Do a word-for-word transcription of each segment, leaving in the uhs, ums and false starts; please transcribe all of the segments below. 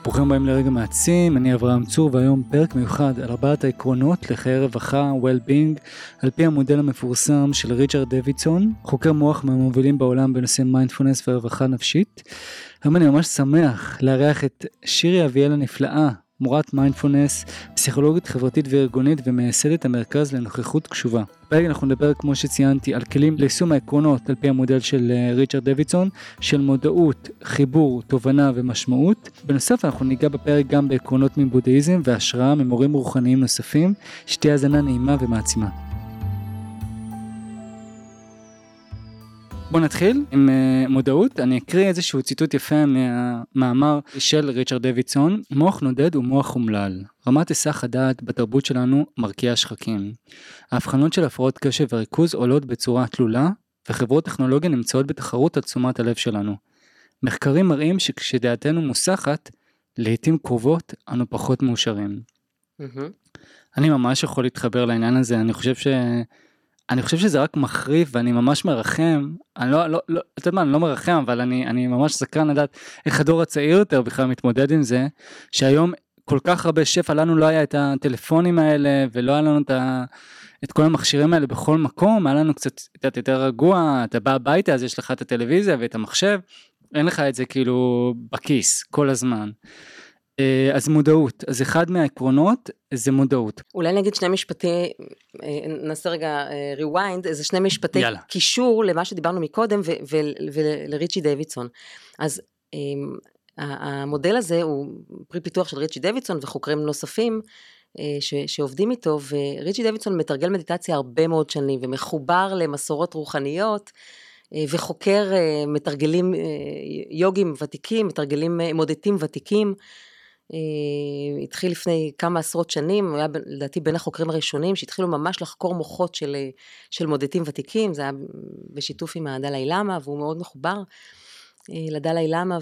ברוכים הבאים לרגע מעצים, אני אברהם צור, והיום פרק מיוחד על ארבעת העקרונות לחיי רווחה, well-being, על פי המודל המפורסם של ריצ'רד דוידסון, חוקר מוח מהמובילים בעולם בנושא מיינדפולנס ורווחה נפשית. היום אני ממש שמח לארח את שירי אביאל הנפלאה, מורת מיינדפולנס, פסיכולוגית חברתית וארגונית ומייסדת המרכז לנוכחות קשובה. בפרק אנחנו נדבר, כמו שציינתי, על כלים ליישום העקרונות על פי המודל של ריצ'רד דוידסון, של מודעות, חיבור, תובנה ומשמעות. בנוסף אנחנו ניגע בפרק גם בעקרונות מבודהיזם והשראה ממורים רוחניים נוספים, שתהיה האזנה נעימה ומעצימה. בואו נתחיל עם uh, מודעות. אני אקריא איזשהו ציטוט יפה מהמאמר של ריצ'רד דוידסון. מוח נודד הוא מוח אומלל. רמת היסח הדעת בתרבות שלנו מרקיעה שחקים. ההבחנות של הפרעות קשב וריכוז עולות בצורה תלולה, וחברות טכנולוגיה נמצאות בתחרות על תשומת הלב שלנו. מחקרים מראים שכשדעתנו מוסחת, לעתים קרובות אנו פחות מאושרים. Mm-hmm. אני ממש יכול להתחבר לעניין הזה. אני חושב ש... אני חושב שזה רק מחריף, ואני ממש מרחם, אני לא, לא, לא, אתה יודע מה, אני לא מרחם, אבל אני, אני ממש סקרן לדעת איך הדור הצעיר יותר בכלל מתמודד עם זה, שהיום כל כך הרבה שפע, לנו לא היה את הטלפונים האלה, ולא היה לנו את, ה, את כל המכשירים האלה בכל מקום, היה לנו קצת קצת יותר רגוע, אתה בא הביתה, אז יש לך את הטלוויזיה ואת המחשב, אין לך את זה כאילו בכיס, כל הזמן. אז מודעות, אז אחד מהעקרונות זה מודעות. אולי נגיד שני משפטי, נעשה רגע rewind, איזה שני משפטי יאללה. קישור למה שדיברנו מקודם ולריצ'י דוידסון. אז המודל הזה הוא פרי פיתוח של ריצ'י דוידסון וחוקרים נוספים ש, שעובדים איתו, וריצ'י דוידסון מתרגל מדיטציה הרבה מאוד שנים ומחובר למסורות רוחניות, וחוקר מתרגלים יוגים ותיקים, מתרגלים מודדים ותיקים. התחיל לפני כמה עשרות שנים, הוא היה לדעתי בין החוקרים הראשונים שהתחילו ממש לחקור מוחות של, של מודדים ותיקים. זה היה בשיתוף עם הדלאי למה, והוא מאוד מחובר לדלאי למה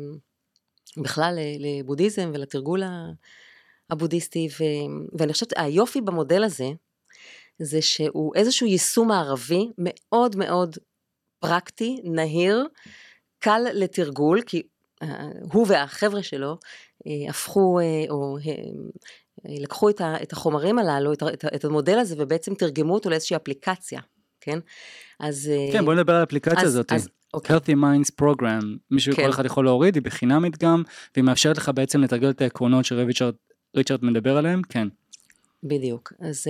ובכלל לבודהיזם ולתרגול הבודהיסטי. ו, ואני חושבת היופי במודל הזה זה שהוא איזשהו יישום מערבי מאוד מאוד פרקטי, נהיר, קל לתרגול, כי הוא והחבר'ה שלו הפכו או לקחו את החומרים הללו, את המודל הזה, ובעצם תרגמו אותו לאיזושהי אפליקציה, כן? אז כן, בוא נדבר על האפליקציה הזאת. Healthy Minds Program, מישהו כל אחד יכול להוריד, היא בחינמית גם, והיא מאפשרת לך בעצם לתרגל את העקרונות שריצ'רד מדבר עליהם, כן. בדיוק, אז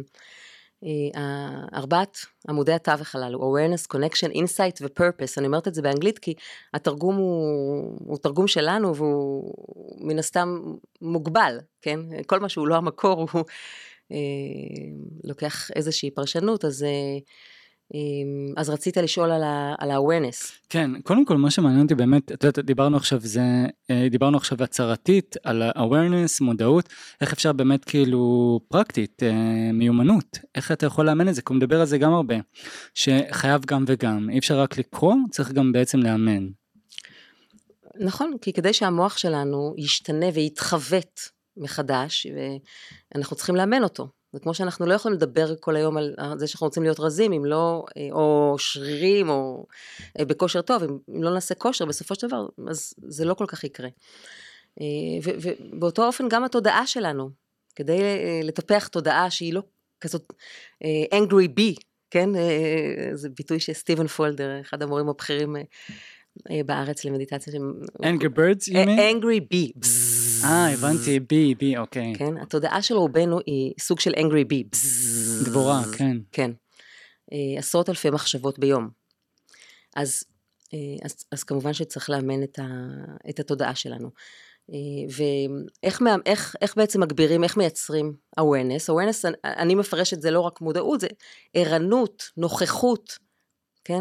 ארבעת עמודי התווך הללו, awareness, connection, insight ו-purpose, אני אומרת את זה באנגלית כי התרגום הוא, הוא תרגום שלנו והוא מן הסתם מוגבל, כן? כל מה שהוא לא המקור הוא אה, לוקח איזושהי פרשנות, אז, אה, אז רצית לשאול על ה-awareness. כן, קודם כל מה שמעניין אותי באמת, את יודעת, דיברנו עכשיו, זה, דיברנו עכשיו הצהרתית על ה-awareness, מודעות, איך אפשר באמת כאילו פרקטית, מיומנות, איך אתה יכול לאמן את זה, כי הוא מדבר על זה גם הרבה, שחייב גם וגם, אי אפשר רק לקרוא, צריך גם בעצם לאמן. נכון, כי כדי שהמוח שלנו ישתנה ויתחוות מחדש, ואנחנו צריכים לאמן אותו. זה כמו שאנחנו לא יכולים לדבר כל היום על זה שאנחנו רוצים להיות רזים, אם לא, או שרירים, או בכושר טוב, אם לא נעשה כושר, בסופו של דבר, אז זה לא כל כך יקרה. ובאותו אופן גם התודעה שלנו, כדי לטפח תודעה שהיא לא כזאת angry bee, כן? זה ביטוי שסטיבן פולדר, אחד המורים הבכירים בארץ למדיטציה. Angry birds, you mean? Angry bee. אה, הבנתי, בי, בי, אוקיי. כן, התודעה של רובנו היא סוג של angry bee. דבורה, כן. כן. עשרות אלפי מחשבות ביום. אז, אז, אז כמובן שצריך לאמן את, ה, את התודעה שלנו. ואיך איך, איך בעצם מגבירים, איך מייצרים awareness? awareness, אני מפרש את זה לא רק מודעות, זה ערנות, נוכחות, כן?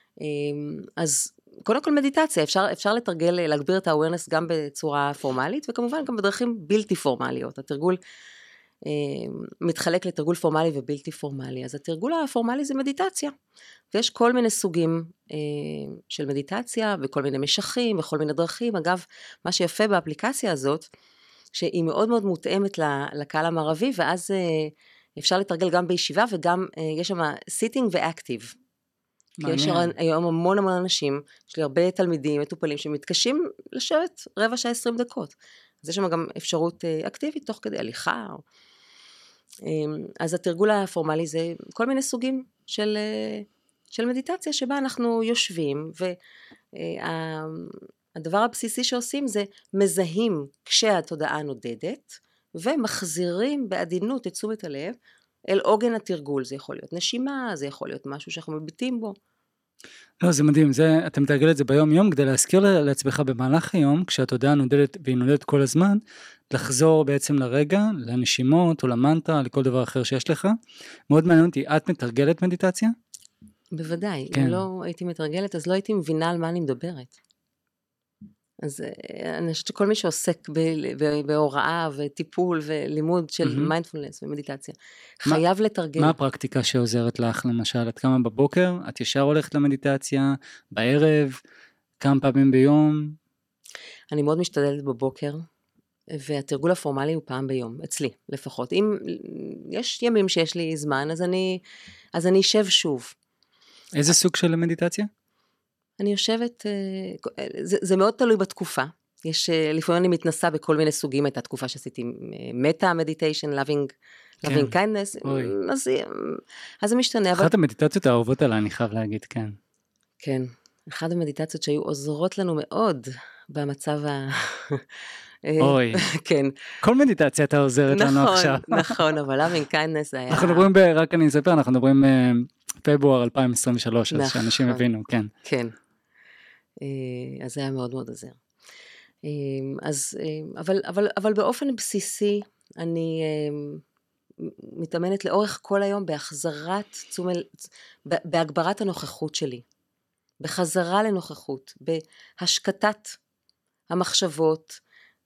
אז קודם כל מדיטציה, אפשר, אפשר לתרגל, להגביר את ה-awareness גם בצורה פורמלית, וכמובן גם בדרכים בלתי פורמליות. התרגול אה, מתחלק לתרגול פורמלי ובלתי פורמלי. אז התרגול הפורמלי זה מדיטציה, ויש כל מיני סוגים אה, של מדיטציה, וכל מיני משכים, וכל מיני דרכים. אגב, מה שיפה באפליקציה הזאת, שהיא מאוד מאוד מותאמת לקהל המערבי, ואז אה, אפשר לתרגל גם בישיבה, וגם אה, יש שם sitting ו-active. כי יש היום המון המון אנשים, יש לי הרבה תלמידים, מטופלים, שמתקשים לשבת רבע שעה עשרים דקות. אז יש שם גם אפשרות אקטיבית תוך כדי הליכה. אז התרגול הפורמלי זה כל מיני סוגים של, של מדיטציה, שבה אנחנו יושבים, והדבר הבסיסי שעושים זה מזהים כשהתודעה נודדת, ומחזירים בעדינות את תשומת הלב, אל עוגן התרגול. זה יכול להיות נשימה, זה יכול להיות משהו שאנחנו מביטים בו. לא, זה מדהים, זה, אתה מתרגל את זה ביום יום, כדי להזכיר לעצמך במהלך היום, כשהתודעה נודדת והיא נודדת כל הזמן, לחזור בעצם לרגע, לנשימות או למנטרה, לכל דבר אחר שיש לך. מאוד מעניין אותי, את מתרגלת מדיטציה? בוודאי, כן. אם לא הייתי מתרגלת, אז לא הייתי מבינה על מה אני מדברת. אז אני חושבת שכל מי שעוסק בהוראה וטיפול ולימוד של מיינדפולנס ומדיטציה, חייב לתרגל. מה הפרקטיקה שעוזרת לך למשל? את כמה בבוקר? את ישר הולכת למדיטציה? בערב? כמה פעמים ביום? אני מאוד משתדלת בבוקר, והתרגול הפורמלי הוא פעם ביום, אצלי לפחות. אם יש ימים שיש לי זמן, אז אני, אז אני אשב שוב. איזה סוג של מדיטציה? אני יושבת, זה, זה מאוד תלוי בתקופה, יש, לפעמים אני מתנסה בכל מיני סוגים, הייתה תקופה שעשיתי מטה מדיטיישן, loving, כן. loving kindness, אז, אז זה משתנה. אחת אבל... המדיטציות האהובות עליי, אני חייב להגיד, כן. כן, אחת המדיטציות שהיו עוזרות לנו מאוד, במצב ה... אוי, כן. כל מדיטציה אתה עוזרת נכון, לנו עכשיו. נכון, אבל loving kindness היה... אנחנו מדברים, ב... רק אני אספר, אנחנו מדברים בפברואר אלפיים עשרים ושלוש, אז נכון. שאנשים הבינו, כן. כן. אז זה היה מאוד מאוד עוזר. אז, אבל, אבל, אבל באופן בסיסי, אני מתאמנת לאורך כל היום בהחזרת תשומת, בהגברת הנוכחות שלי, בחזרה לנוכחות, בהשקטת המחשבות,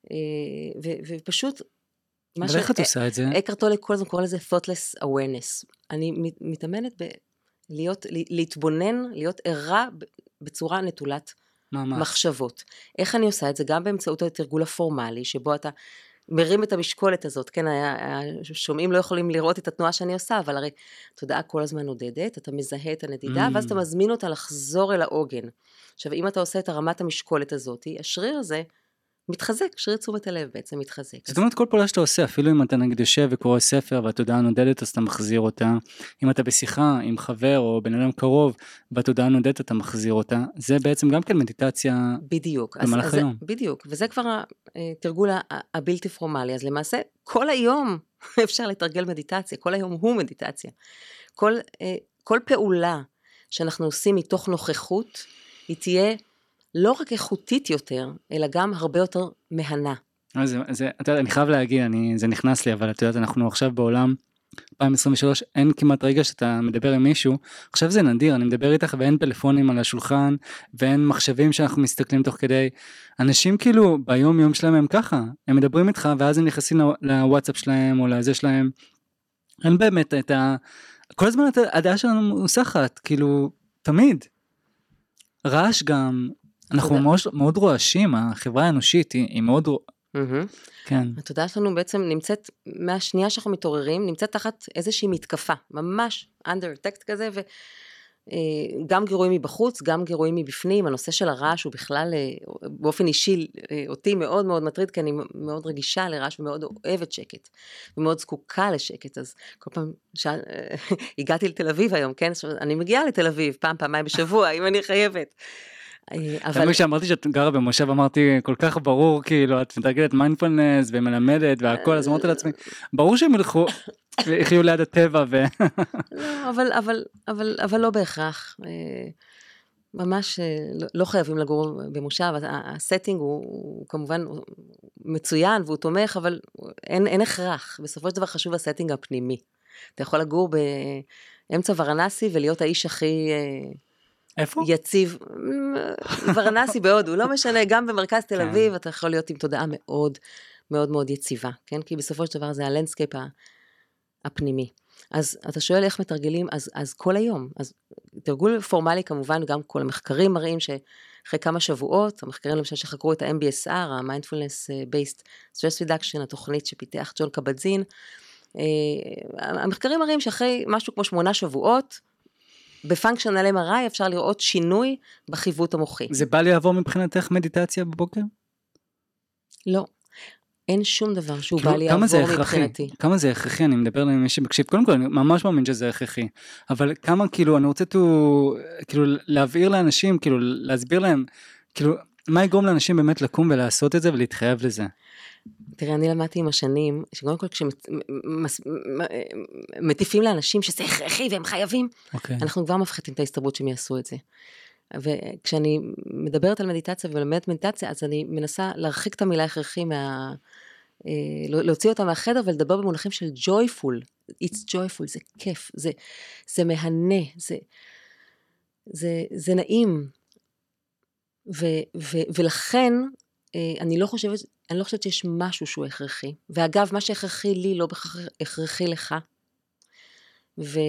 ופשוט, אבל איך את עושה את זה? אקהרט טולה כל הזמן קורא לזה thoughtless awareness. אני מתאמנת להיות, להתבונן, להיות ערה בצורה נטולת ממש. מחשבות. איך אני עושה את זה? גם באמצעות התרגול הפורמלי, שבו אתה מרים את המשקולת הזאת, כן, השומעים לא יכולים לראות את התנועה שאני עושה, אבל הרי תודעה כל הזמן נודדת, אתה מזהה את הנדידה, mm. ואז אתה מזמין אותה לחזור אל העוגן. עכשיו, אם אתה עושה את הרמת המשקולת הזאת, השריר הזה מתחזק, שריר תשומת הלב בעצם מתחזק. זאת אומרת, כל פעולה שאתה עושה, אפילו אם אתה נגיד יושב וקורא ספר והתודעה נודדת, אז אתה מחזיר אותה. אם אתה בשיחה עם חבר או בן אדם קרוב, והתודעה נודדת, אתה מחזיר אותה. זה בעצם גם כן מדיטציה בדיוק, במהלך אז, היום. אז, בדיוק, וזה כבר התרגול הבלתי פורמלי. אז למעשה, כל היום אפשר לתרגל מדיטציה, כל היום הוא מדיטציה. כל, כל פעולה שאנחנו עושים מתוך נוכחות, היא תהיה לא רק איכותית יותר, אלא גם הרבה יותר מהנה. זה, זה, אתה יודע, אני חייב להגיד, אני, זה נכנס לי, אבל אתה יודעת, אנחנו עכשיו בעולם אלפיים עשרים ושלוש, אין כמעט רגע שאתה מדבר עם מישהו, עכשיו זה נדיר, אני מדבר איתך ואין פלאפונים על השולחן, ואין מחשבים שאנחנו מסתכלים תוך כדי, אנשים כאילו ביום יום שלהם הם ככה, הם מדברים איתך, ואז הם נכנסים לוואטסאפ שלהם, או לזה שלהם, אין באמת את ה... כל הזמן הדעה שלנו מוסחת, כאילו, תמיד. רעש גם... אנחנו מאוד, מאוד רועשים, החברה האנושית היא, היא מאוד... Mm-hmm. כן. התודעה שלנו בעצם נמצאת, מהשנייה שאנחנו מתעוררים, נמצאת תחת איזושהי מתקפה, ממש under attack כזה, וגם גירויים מבחוץ, גם גירויים מבפנים, הנושא של הרעש הוא בכלל, באופן אישי, אותי מאוד מאוד מטריד, כי אני מאוד רגישה לרעש, ומאוד אוהבת שקט, ומאוד זקוקה לשקט, אז כל פעם שהגעתי לתל אביב היום, כן? אני מגיעה לתל אביב, פעם, פעמיים בשבוע, אם אני חייבת. אבל כשאמרתי שאת גרה במושב, אמרתי כל כך ברור, כאילו, את מתרגלת מיינדפולנס ומלמדת והכל, אז אמרתי לעצמי, ברור שהם ילכו, יחיו ליד הטבע ו... לא, אבל, אבל, אבל, אבל לא בהכרח, ממש לא חייבים לגור במושב, הסטינג הוא כמובן מצוין והוא תומך, אבל אין, אין הכרח, בסופו של דבר חשוב הסטינג הפנימי. אתה יכול לגור באמצע ורנסי ולהיות האיש הכי... איפה? יציב, ורנסי בהודו, לא משנה, גם במרכז תל אביב, אתה יכול להיות עם תודעה מאוד, מאוד מאוד יציבה, כן? כי בסופו של דבר זה הלנדסקייפ הפנימי. אז אתה שואל איך מתרגלים, אז, אז כל היום, אז תרגול פורמלי כמובן, גם כל המחקרים מראים שאחרי כמה שבועות, המחקרים למשל שחקרו את ה-אם בי אס אר, ה-Mindfulness Based Stress Reduction, התוכנית שפיתח ג'ון קבט-זין, המחקרים מראים שאחרי משהו כמו שמונה שבועות, בפונקשיונל אם אר איי אפשר לראות שינוי בחיווט המוחי. זה בא לי לעבור מבחינתך מדיטציה בבוקר? לא. אין שום דבר שהוא כאילו, בא לי לעבור מבחינתי. כמה זה הכרחי, אני מדבר למי שמקשיב, קודם כל אני ממש מאמין שזה הכרחי, אבל כמה כאילו, אני רוצה to, כאילו להבהיר לאנשים, כאילו להסביר להם, כאילו מה יגרום לאנשים באמת לקום ולעשות את זה ולהתחייב לזה? תראה, אני למדתי עם השנים, שקודם כל כשמטיפים לאנשים שזה הכרחי והם חייבים, okay. אנחנו כבר מפחיתים את ההסתברות שהם יעשו את זה. וכשאני מדברת על מדיטציה ולמדת מדיטציה, אז אני מנסה להרחיק את המילה הכרחי מה... להוציא אותה מהחדר ולדבר במונחים של joyful, it's joyful, זה כיף, זה, זה מהנה, זה, זה, זה נעים, ו, ו, ולכן אני לא חושבת, אני לא חושבת שיש משהו שהוא הכרחי, ואגב, מה שהכרחי לי לא הכרחי לך, ומה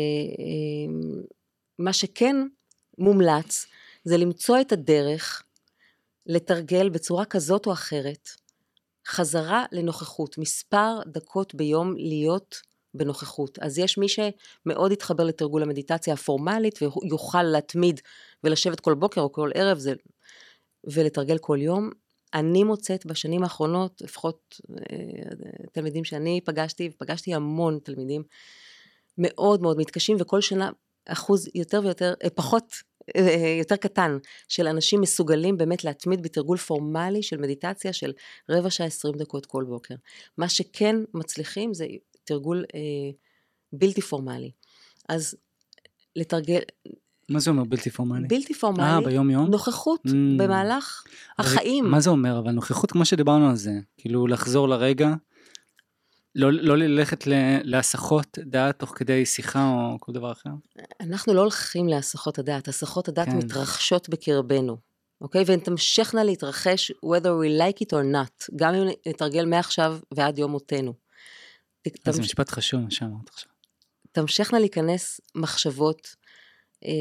שכן מומלץ, זה למצוא את הדרך, לתרגל בצורה כזאת או אחרת, חזרה לנוכחות, מספר דקות ביום להיות בנוכחות. אז יש מי שמאוד יתחבר לתרגול המדיטציה הפורמלית, ויוכל להתמיד ולשבת כל בוקר או כל ערב, זה, ולתרגל כל יום. אני מוצאת בשנים האחרונות, לפחות תלמידים שאני פגשתי, ופגשתי המון תלמידים, מאוד מאוד מתקשים, וכל שנה אחוז יותר ויותר, פחות יותר קטן, של אנשים מסוגלים באמת להתמיד בתרגול פורמלי של מדיטציה של רבע שעה עשרים דקות כל בוקר. מה שכן מצליחים זה תרגול אה, בלתי פורמלי. אז לתרגל... מה זה אומר בלתי פורמלי? בלתי פורמלי, אה, ביום יום? נוכחות mm. במהלך החיים. מה זה אומר? אבל נוכחות כמו שדיברנו על זה, כאילו לחזור לרגע, לא, לא ללכת להסחות דעת תוך כדי שיחה או כל דבר אחר? אנחנו לא הולכים להסחות הדעת, הסחות הדעת כן. מתרחשות בקרבנו, אוקיי? והן תמשכנה להתרחש whether we like it or not, גם אם נתרגל מעכשיו ועד יום מותנו. אז תמש... זה משפט חשוב מה שאמרת עכשיו. תמשכנה להיכנס מחשבות אה,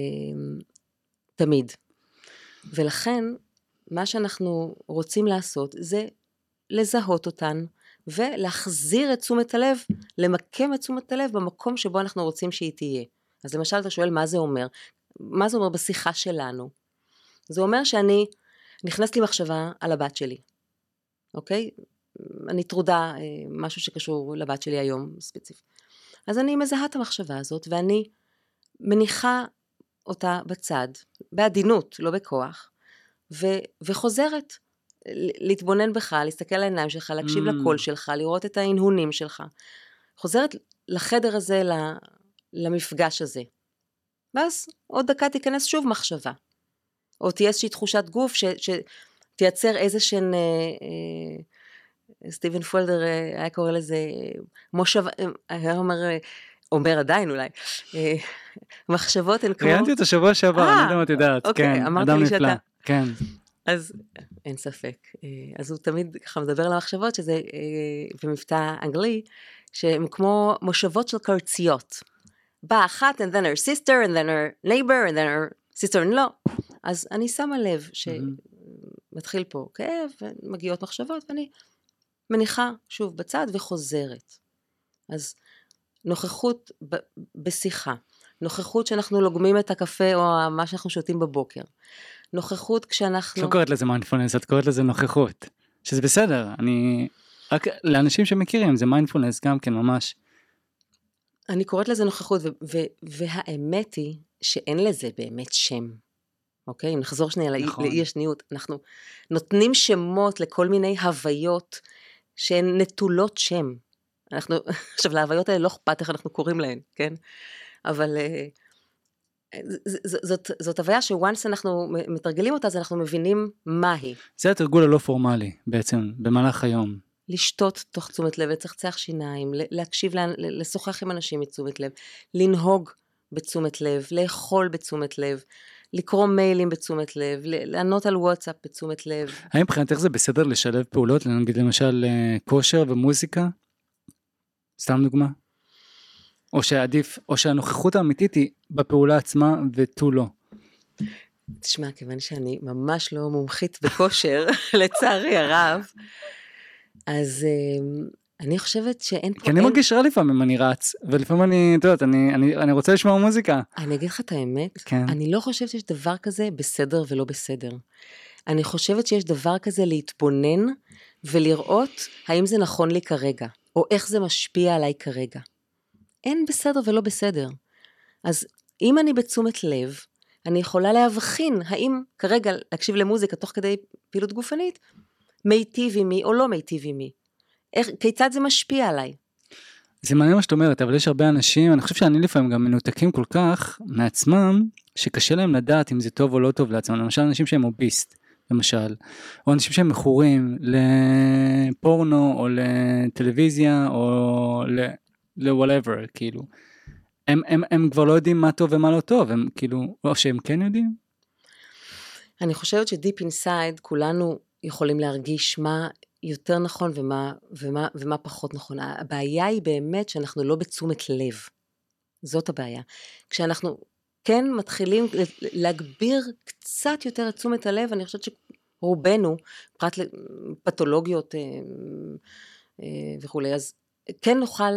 תמיד. ולכן, מה שאנחנו רוצים לעשות זה לזהות אותן, ולהחזיר את תשומת הלב, למקם את תשומת הלב במקום שבו אנחנו רוצים שהיא תהיה. אז למשל אתה שואל מה זה אומר? מה זה אומר בשיחה שלנו? זה אומר שאני נכנסת לי מחשבה על הבת שלי, אוקיי? אני טרודה משהו שקשור לבת שלי היום ספציפי. אז אני מזהה את המחשבה הזאת, ואני מניחה אותה בצד, בעדינות, לא בכוח, ו- וחוזרת. להתבונן בך, להסתכל על העיניים שלך, להקשיב mm. לקול שלך, לראות את ההנהונים שלך. חוזרת לחדר הזה, למפגש הזה. ואז עוד דקה תיכנס שוב מחשבה. או תהיה איזושהי תחושת גוף ש, שתייצר איזשהן, אה, אה, סטיבן פולדר אה, היה קורא לזה, מושב, היה אומר, אומר עדיין אולי, אה, מחשבות הן כמו... ראיינתי אותו שבוע שעבר, אני יודע מה את יודעת, אוקיי, כן, אמרת אדם לי נפלא, שאתה... כן. אז אין ספק, אז הוא תמיד ככה מדבר על המחשבות, שזה במבטא אנגלי, שהן כמו מושבות של קרציות, באה אחת, and then her sister, and then her neighbor, and then her sister-in-law, אז אני שמה לב שמתחיל פה כאב, ומגיעות מחשבות, ואני מניחה שוב בצד וחוזרת. אז נוכחות ב- בשיחה, נוכחות שאנחנו לוגמים את הקפה, או מה שאנחנו שותים בבוקר, נוכחות כשאנחנו... לא קוראת לזה מיינדפולנס, את קוראת לזה נוכחות, שזה בסדר, אני... רק לאנשים שמכירים, זה מיינדפולנס גם כן ממש. אני קוראת לזה נוכחות, ו- ו- והאמת היא שאין לזה באמת שם, אוקיי? אם נחזור שנייה נכון. לאי השניות, אנחנו נותנים שמות לכל מיני הוויות, שהן נטולות שם. אנחנו, עכשיו להוויות האלה לא אכפת איך אנחנו קוראים להן, כן? אבל... זאת, זאת הוויה שוואנס אנחנו מתרגלים אותה, אז אנחנו מבינים מה היא. זה התרגול הלא פורמלי בעצם, במהלך היום. לשתות תוך תשומת לב, לצחצח שיניים, להקשיב, לשוחח עם אנשים בתשומת לב, לנהוג בתשומת לב, לאכול בתשומת לב, לקרוא מיילים בתשומת לב, לענות על וואטסאפ בתשומת לב. האם מבחינתך זה בסדר לשלב פעולות, נגיד למשל כושר ומוזיקה? סתם דוגמה? או שעדיף, או שהנוכחות האמיתית היא בפעולה עצמה ותו לא. תשמע, כיוון שאני ממש לא מומחית בכושר, לצערי הרב, אז אני חושבת שאין פה... כי אני מרגיש רע לפעמים, אני רץ, ולפעמים אני, אתה יודעת, אני, אני, אני רוצה לשמוע מוזיקה. אני אגיד לך את האמת, כן. אני לא חושבת שיש דבר כזה בסדר ולא בסדר. אני חושבת שיש דבר כזה להתבונן ולראות האם זה נכון לי כרגע, או איך זה משפיע עליי כרגע. אין בסדר ולא בסדר. אז אם אני בתשומת לב, אני יכולה להבחין האם כרגע להקשיב למוזיקה תוך כדי פעילות גופנית, מיטיב עימי או לא מיטיב עימי. איך, כיצד זה משפיע עליי? זה מעניין מה שאת אומרת, אבל יש הרבה אנשים, אני חושב שאני לפעמים גם מנותקים כל כך מעצמם, שקשה להם לדעת אם זה טוב או לא טוב לעצמם. למשל אנשים שהם אוביסט, למשל, או אנשים שהם מכורים לפורנו או לטלוויזיה או ל-whatever, כאילו. הם, הם, הם כבר לא יודעים מה טוב ומה לא טוב, הם כאילו, או שהם כן יודעים? אני חושבת שדיפ אינסייד כולנו יכולים להרגיש מה יותר נכון ומה, ומה, ומה פחות נכון. הבעיה היא באמת שאנחנו לא בתשומת לב. זאת הבעיה. כשאנחנו כן מתחילים להגביר קצת יותר את תשומת הלב, אני חושבת שרובנו, פרט לפתולוגיות וכולי, אז כן נוכל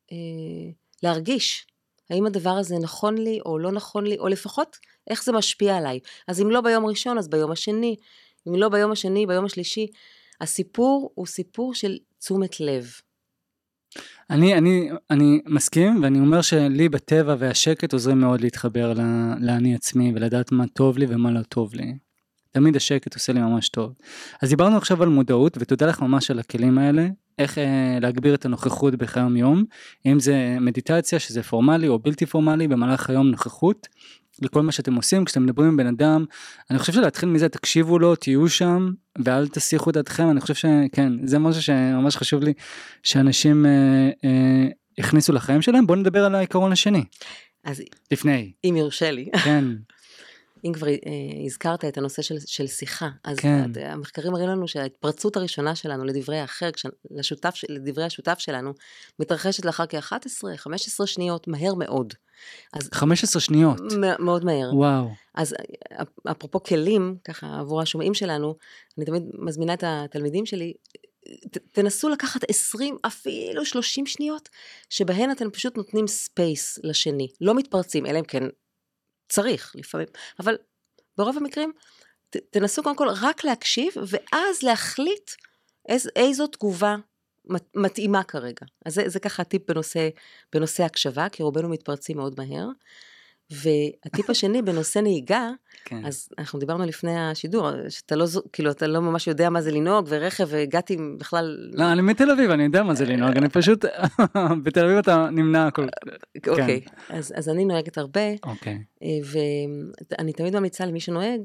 להרגיש האם הדבר הזה נכון לי או לא נכון לי, או לפחות איך זה משפיע עליי. אז אם לא ביום ראשון, אז ביום השני, אם לא ביום השני, ביום השלישי, הסיפור הוא סיפור של תשומת לב. אני, אני, אני מסכים, ואני אומר שלי בטבע והשקט עוזרים מאוד להתחבר לאני עצמי, ולדעת מה טוב לי ומה לא טוב לי. תמיד השקט עושה לי ממש טוב. אז דיברנו עכשיו על מודעות, ותודה לך ממש על הכלים האלה, איך אה, להגביר את הנוכחות בחיי היום, אם זה מדיטציה, שזה פורמלי או בלתי פורמלי, במהלך היום נוכחות, לכל מה שאתם עושים, כשאתם מדברים עם בן אדם, אני חושב שלהתחיל מזה, תקשיבו לו, תהיו שם, ואל תסיחו את דעתכם, אני חושב שכן, זה משהו שממש חשוב לי, שאנשים אה, אה, הכניסו לחיים שלהם. בואו נדבר על העיקרון השני. אז לפני. אם יורשה לי. כן. אם כבר אה, הזכרת את הנושא של, של שיחה, אז כן. המחקרים מראים לנו שההתפרצות הראשונה שלנו לדברי האחר, לשותף, לדברי השותף שלנו, מתרחשת לאחר כ-אחת עשרה חמש עשרה שניות, מהר מאוד. אז, חמש עשרה שניות. מאוד מהר. וואו. אז אפרופו כלים, ככה עבור השומעים שלנו, אני תמיד מזמינה את התלמידים שלי, ת, תנסו לקחת עשרים, אפילו שלושים שניות, שבהן אתם פשוט נותנים ספייס לשני, לא מתפרצים, אלא אם כן צריך לפעמים, אבל ברוב המקרים, ת, תנסו קודם כל רק להקשיב, ואז להחליט איז, איזו תגובה מתאימה כרגע. אז זה, זה ככה הטיפ בנושא, בנושא הקשבה, כי רובנו מתפרצים מאוד מהר, והטיפ השני בנושא נהיגה, כן. אז אנחנו דיברנו לפני השידור, שאתה לא, כאילו, אתה לא ממש יודע מה זה לנהוג, ורכב, והגעתי בכלל... לא, אני מתל אביב, אני יודע מה זה לנהוג, אני פשוט, בתל אביב אתה נמנע הכל. אוקיי, אז, אז אני נוהגת הרבה, אוקיי. ואני תמיד ממליצה למי שנוהג,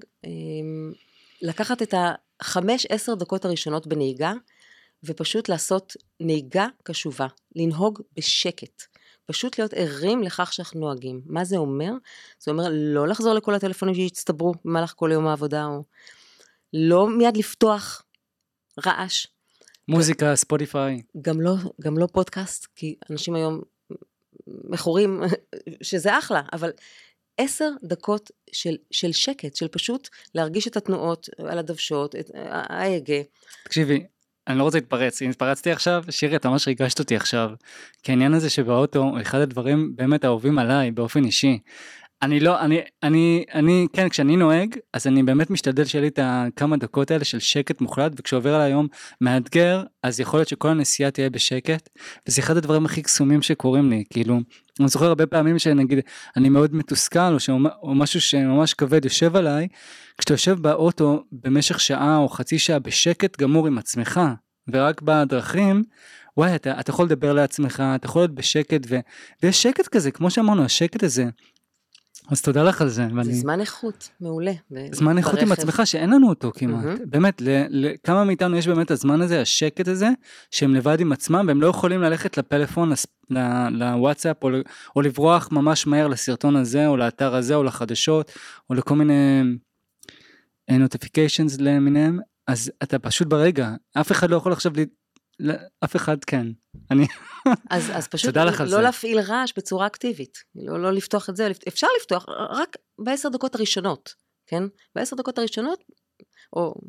לקחת את החמש עשר דקות הראשונות בנהיגה, ופשוט לעשות נהיגה קשובה, לנהוג בשקט. פשוט להיות ערים לכך שאנחנו נוהגים. מה זה אומר? זה אומר לא לחזור לכל הטלפונים שהצטברו במהלך כל יום העבודה, או לא מיד לפתוח רעש. מוזיקה, ספוטיפיי. גם לא, גם לא פודקאסט, כי אנשים היום מכורים, שזה אחלה, אבל עשר דקות של, של שקט, של פשוט להרגיש את התנועות על הדוושות, את ההגה. תקשיבי, אני לא רוצה להתפרץ, אם התפרצתי עכשיו, שירי, אתה ממש ריגשת אותי עכשיו, כי העניין הזה שבאוטו, הוא אחד הדברים באמת אהובים עליי, באופן אישי. אני לא, אני, אני, אני, כן, כשאני נוהג, אז אני באמת משתדל שיהיה לי את הכמה דקות האלה של שקט מוחלט, וכשעובר על היום מאתגר, אז יכול להיות שכל הנסיעה תהיה בשקט, וזה אחד הדברים הכי קסומים שקורים לי, כאילו, אני זוכר הרבה פעמים שנגיד, אני מאוד מתוסכל, או, שאו, או משהו שממש כבד יושב עליי, כשאתה יושב באוטו במשך שעה או חצי שעה בשקט גמור עם עצמך, ורק בדרכים, וואי, אתה, אתה יכול לדבר לעצמך, אתה יכול להיות בשקט, ו, ויש שקט כזה, כמו שאמרנו, השקט הזה, אז תודה לך על זה. זה ואני... זמן איכות, מעולה. זמן איכות עם עצמך שאין לנו אותו כמעט. Mm-hmm. באמת, לכמה מאיתנו יש באמת הזמן הזה, השקט הזה, שהם לבד עם עצמם, והם לא יכולים ללכת לפלאפון, לוואטסאפ, או, או לברוח ממש מהר לסרטון הזה, או לאתר הזה, או לחדשות, או לכל מיני notifications למיניהם, אז אתה פשוט ברגע, אף אחד לא יכול עכשיו, לי... אף אחד כן. אני... אז, אז פשוט לא, לא להפעיל רעש בצורה אקטיבית, לא, לא לפתוח את זה, אפשר לפתוח רק בעשר דקות הראשונות, כן? בעשר דקות הראשונות, או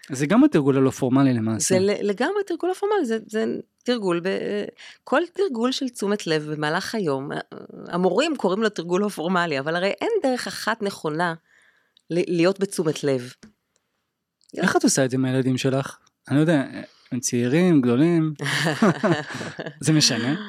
זה גם התרגול הלא פורמלי למעשה. זה לגמרי תרגול לא פורמלי, זה, זה תרגול, ב, כל תרגול של תשומת לב במהלך היום, המורים קוראים לו תרגול לא פורמלי, אבל הרי אין דרך אחת נכונה להיות בתשומת לב. איך את עושה את זה מהילדים שלך? אני לא יודע, הם צעירים, גדולים, זה משנה?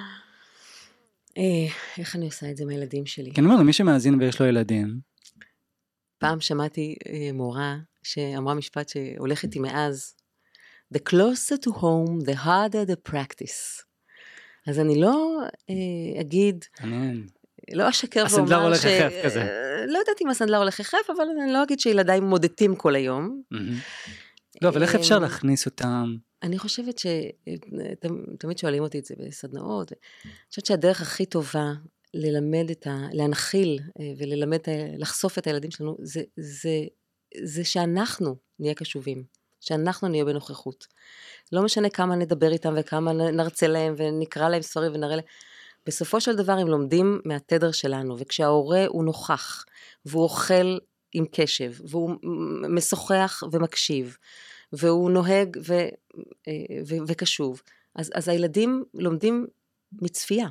איך אני עושה את זה מהילדים שלי? כי אני אומר, למי שמאזין ויש לו ילדים. פעם שמעתי מורה שאמרה משפט שהולך איתי מאז, The closer to home, the harder the practice. אז אני לא אגיד, לא אשקר ואומר ש... הסנדלר הולך יחף כזה. לא יודעת אם הסנדלר הולך יחף, אבל אני לא אגיד שילדיי מודדים כל היום. לא, אבל איך אפשר להכניס אותם? אני חושבת שתמיד שואלים אותי את זה בסדנאות, אני חושבת שהדרך הכי טובה ללמד את ה... להנחיל וללמד, לחשוף את הילדים שלנו, זה, זה, זה שאנחנו נהיה קשובים, שאנחנו נהיה בנוכחות. לא משנה כמה נדבר איתם וכמה נרצה להם ונקרא להם ספרים ונראה להם. בסופו של דבר הם לומדים מהתדר שלנו, וכשההורה הוא נוכח, והוא אוכל עם קשב, והוא משוחח ומקשיב, והוא נוהג ו, ו, וקשוב, אז, אז הילדים לומדים מצפייה.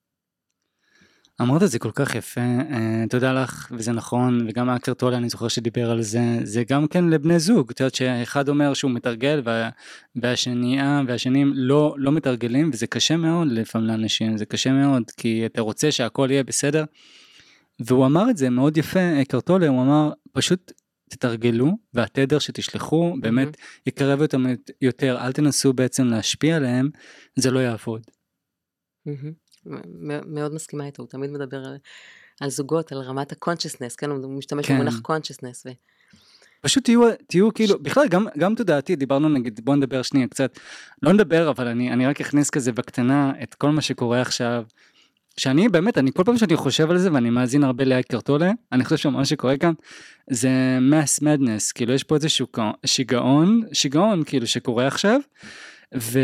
אמרת את זה כל כך יפה, תודה לך, וזה נכון, וגם אקר טולה, אני זוכר שדיבר על זה, זה גם כן לבני זוג, את יודעת שאחד אומר שהוא מתרגל, והשנייה והשנים לא, לא מתרגלים, וזה קשה מאוד לפעמים לאנשים, זה קשה מאוד, כי אתה רוצה שהכל יהיה בסדר, והוא אמר את זה מאוד יפה, אקר טולה, הוא אמר, פשוט תתרגלו, והתדר שתשלחו, באמת mm-hmm. יקרב אותם יותר, אל תנסו בעצם להשפיע עליהם, זה לא יעבוד. Mm-hmm. מאוד מסכימה איתו, הוא תמיד מדבר על, על זוגות, על רמת ה-consciousness, כן, הוא משתמש כן. במונח consciousness. ו... פשוט תהיו, תהיו כאילו, בכלל גם, גם תודעתי, דיברנו נגיד, בוא נדבר שנייה קצת, לא נדבר, אבל אני, אני רק אכניס כזה בקטנה את כל מה שקורה עכשיו, שאני באמת, אני כל פעם שאני חושב על זה, ואני מאזין הרבה לאקר טולה, אני חושב שמה שקורה כאן, זה mass madness, כאילו יש פה איזה שיגעון, שיגעון כאילו שקורה עכשיו, ו...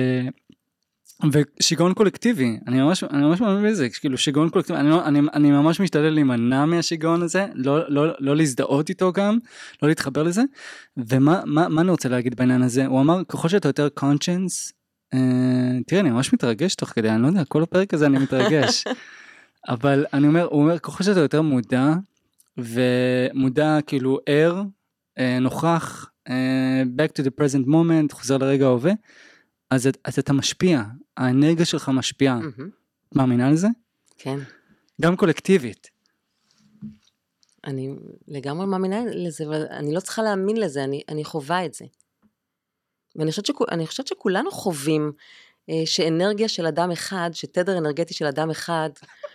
ושיגעון קולקטיבי, אני ממש, אני ממש מאמין בזה, כאילו שיגעון קולקטיבי, אני, אני, אני ממש משתדל להימנע מהשיגעון הזה, לא, לא, לא להזדהות איתו גם, לא להתחבר לזה, ומה, מה, מה אני רוצה להגיד בעניין הזה? הוא אמר, ככל שאתה יותר conscience, אה, תראה, אני ממש מתרגש תוך כדי, אני לא יודע, כל הפרק הזה אני מתרגש, אבל אני אומר, הוא אומר, ככל שאתה יותר מודע, ומודע כאילו ער, אה, נוכח, אה, back to the present moment, חוזר לרגע ההווה, אז, אז אתה משפיע, האנרגיה שלך משפיעה. Mm-hmm. מאמינה לזה? כן. גם קולקטיבית. אני לגמרי מאמינה לזה, אבל אני לא צריכה להאמין לזה, אני, אני חווה את זה. ואני חושבת, שכו, אני חושבת שכולנו חווים אה, שאנרגיה של אדם אחד, שתדר אנרגטי של אדם אחד,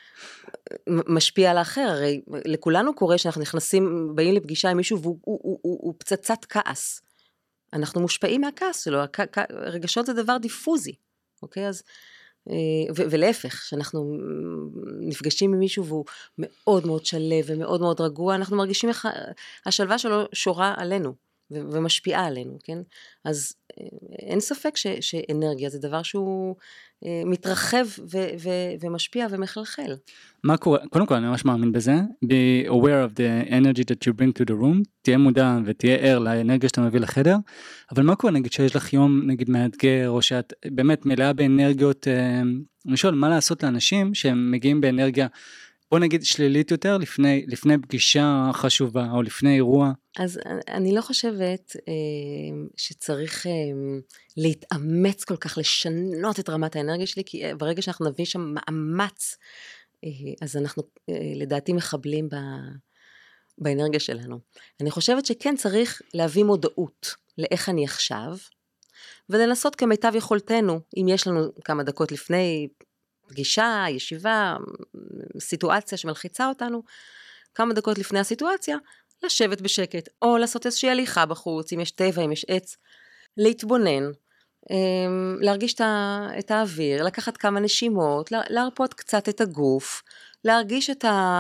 משפיע על האחר. הרי לכולנו קורה שאנחנו נכנסים, באים לפגישה עם מישהו, והוא הוא, הוא, הוא, הוא פצצת כעס. אנחנו מושפעים מהכעס שלו, רגשות זה דבר דיפוזי, אוקיי? אז, ו- ולהפך, שאנחנו נפגשים עם מישהו והוא מאוד מאוד שלב ומאוד מאוד רגוע, אנחנו מרגישים איך השלווה שלו שורה עלינו ו- ומשפיעה עלינו, כן? אז אין ספק ש- שאנרגיה זה דבר שהוא מתרחב ו- ו- ומשפיע ומחלחל. מה קורה? קודם כל אני ממש מאמין בזה, be aware of the energy that you bring to the room, תהיה מודע ותהיה ער לאנרגיה שאתה מביא לחדר, אבל מה קורה נגיד שיש לך יום נגיד מאתגר, או שאת באמת מלאה באנרגיות, אני שואל מה לעשות לאנשים שהם מגיעים באנרגיה, בוא נגיד שלילית יותר, לפני, לפני פגישה חשובה, או לפני אירוע? אז אני לא חושבת אה, שצריך אה, להתאמץ כל כך, לשנות את רמת האנרגיה שלי, כי ברגע שאנחנו נביא שם מאמץ, אה, אז אנחנו אה, לדעתי מחבלים ב, באנרגיה שלנו. אני חושבת שכן צריך להביא מודעות לאיך אני עכשיו, ולנסות כמיטב יכולתנו, אם יש לנו כמה דקות לפני פגישה, ישיבה, סיטואציה שמלחיצה אותנו, כמה דקות לפני הסיטואציה, לשבת בשקט, או לעשות איזושהי הליכה בחוץ, אם יש טבע, אם יש עץ, להתבונן, להרגיש את האוויר, לקחת כמה נשימות, להרפות קצת את הגוף, להרגיש את, ה,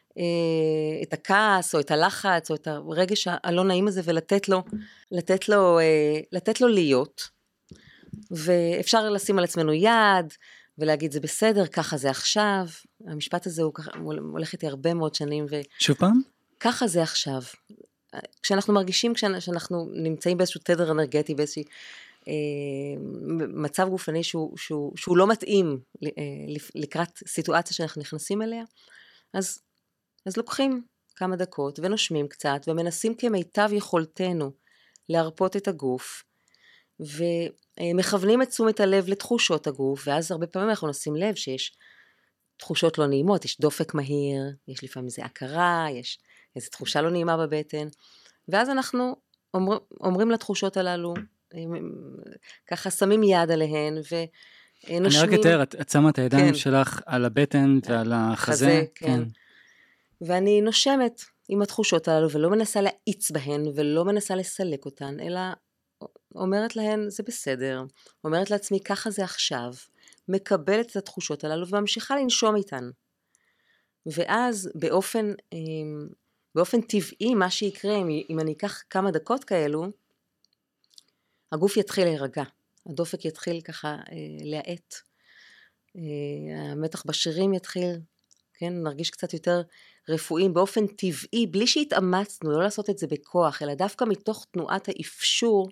את הכעס, או את הלחץ, או את הרגש הלא נעים הזה, ולתת לו, לתת לו, לתת לו להיות, ואפשר לשים על עצמנו יד, ולהגיד זה בסדר, ככה זה עכשיו, המשפט הזה הוא, ככה, הוא הולך איתי הרבה מאוד שנים, ו... שוב פעם? ככה זה עכשיו, כשאנחנו מרגישים, כשאנחנו נמצאים באיזשהו תדר אנרגטי, באיזשהו אה, מצב גופני שהוא, שהוא, שהוא לא מתאים אה, לקראת סיטואציה שאנחנו נכנסים אליה, אז, אז לוקחים כמה דקות ונושמים קצת, ומנסים כמיטב יכולתנו להרפות את הגוף, ומכוונים את תשומת הלב לתחושות הגוף, ואז הרבה פעמים אנחנו נשים לב שיש תחושות לא נעימות, יש דופק מהיר, יש לפעמים איזו הכרה, יש איזו תחושה לא נעימה בבטן, ואז אנחנו אומר, אומרים לתחושות הללו, ככה שמים יד עליהן ונושמים. אני רק אתאר, את, את שמה את הידיים כן. שלך על הבטן ועל החזה. חזה, כן. כן. ואני נושמת עם התחושות הללו, ולא מנסה להאיץ בהן, ולא מנסה לסלק אותן, אלא אומרת להן, זה בסדר, אומרת לעצמי, ככה זה עכשיו, מקבלת את התחושות הללו, וממשיכה לנשום איתן. ואז באופן, באופן טבעי, מה שיקרה, אם אני אקח כמה דקות כאלו, הגוף יתחיל להירגע, הדופק יתחיל ככה להאט, המתח בשרירים יתחיל, כן, נרגיש קצת יותר רפואיים באופן טבעי, בלי שהתאמצנו, לא לעשות את זה בכוח, אלא דווקא מתוך תנועת האפשור,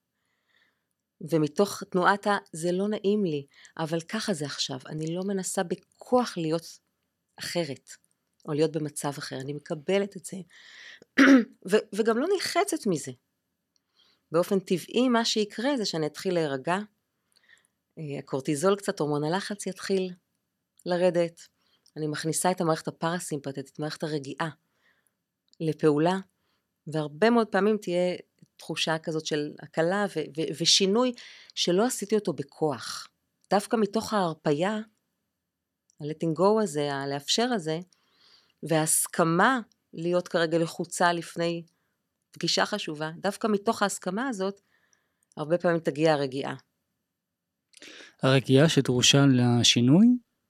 ומתוך תנועת ה, זה לא נעים לי, אבל ככה זה עכשיו, אני לא מנסה בכוח להיות אחרת, או להיות במצב אחר, אני מקבלת את זה, ו- וגם לא נלחצת מזה. באופן טבעי מה שיקרה זה שאני אתחיל להירגע, הקורטיזול קצת, הורמון הלחץ יתחיל לרדת, אני מכניסה את המערכת הפרסימפטית, את מערכת הרגיעה, לפעולה, והרבה מאוד פעמים תהיה תחושה כזאת של הקלה ו- ו- ושינוי שלא עשיתי אותו בכוח. דווקא מתוך ההרפיה, ה-letting go הזה, ה-לאפשר הזה, וההסכמה להיות כרגע לחוצה לפני פגישה חשובה, דווקא מתוך ההסכמה הזאת, הרבה פעמים תגיע הרגיעה. הרגיעה שדרושה לשינוי?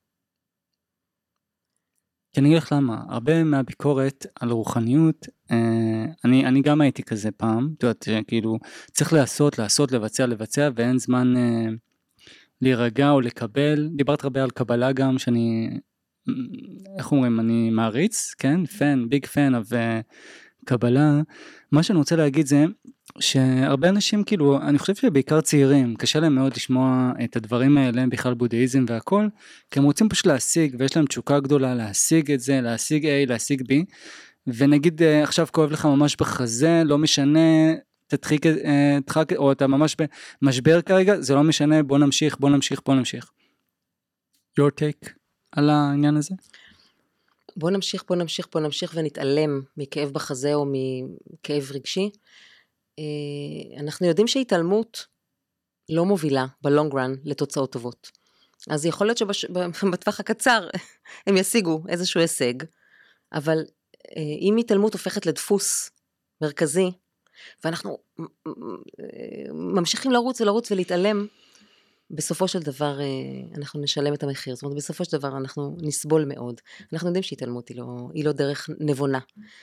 כי אני אגיד לך למה, הרבה מהביקורת על רוחניות, אה, אני, אני גם הייתי כזה פעם, אתה יודעת, כאילו, צריך לעשות, לעשות, לבצע, לבצע, ואין זמן אה, להירגע או לקבל. דיברת הרבה על קבלה גם, שאני, איך אומרים, אני מעריץ, כן? פן, ביג פן, אבל קבלה. מה שאני רוצה להגיד זה, שהרבה אנשים כאילו, אני חושב שבעיקר צעירים, קשה להם מאוד לשמוע את הדברים האלה, בכלל בודהיזם והכל, כי הם רוצים פשוט להשיג, ויש להם תשוקה גדולה להשיג את זה, להשיג A, להשיג B, ונגיד עכשיו כואב לך ממש בחזה, לא משנה, תדחיק, תדחק, או אתה ממש במשבר כרגע, זה לא משנה, בוא נמשיך, בוא נמשיך, בוא נמשיך. Your take על העניין הזה? בוא נמשיך, בוא נמשיך, בוא נמשיך ונתעלם מכאב בחזה או מכאב רגשי. אנחנו יודעים שהתעלמות לא מובילה בלונג רן לתוצאות טובות. אז יכול להיות שבטווח הקצר הם ישיגו איזשהו הישג, אבל אם התעלמות הופכת לדפוס מרכזי, ואנחנו ממשיכים לרוץ ולרוץ ולהתעלם, בסופו של דבר אנחנו נשלם את המחיר, זאת אומרת בסופו של דבר אנחנו נסבול מאוד, אנחנו יודעים שהתעלמות היא לא, היא לא דרך נבונה,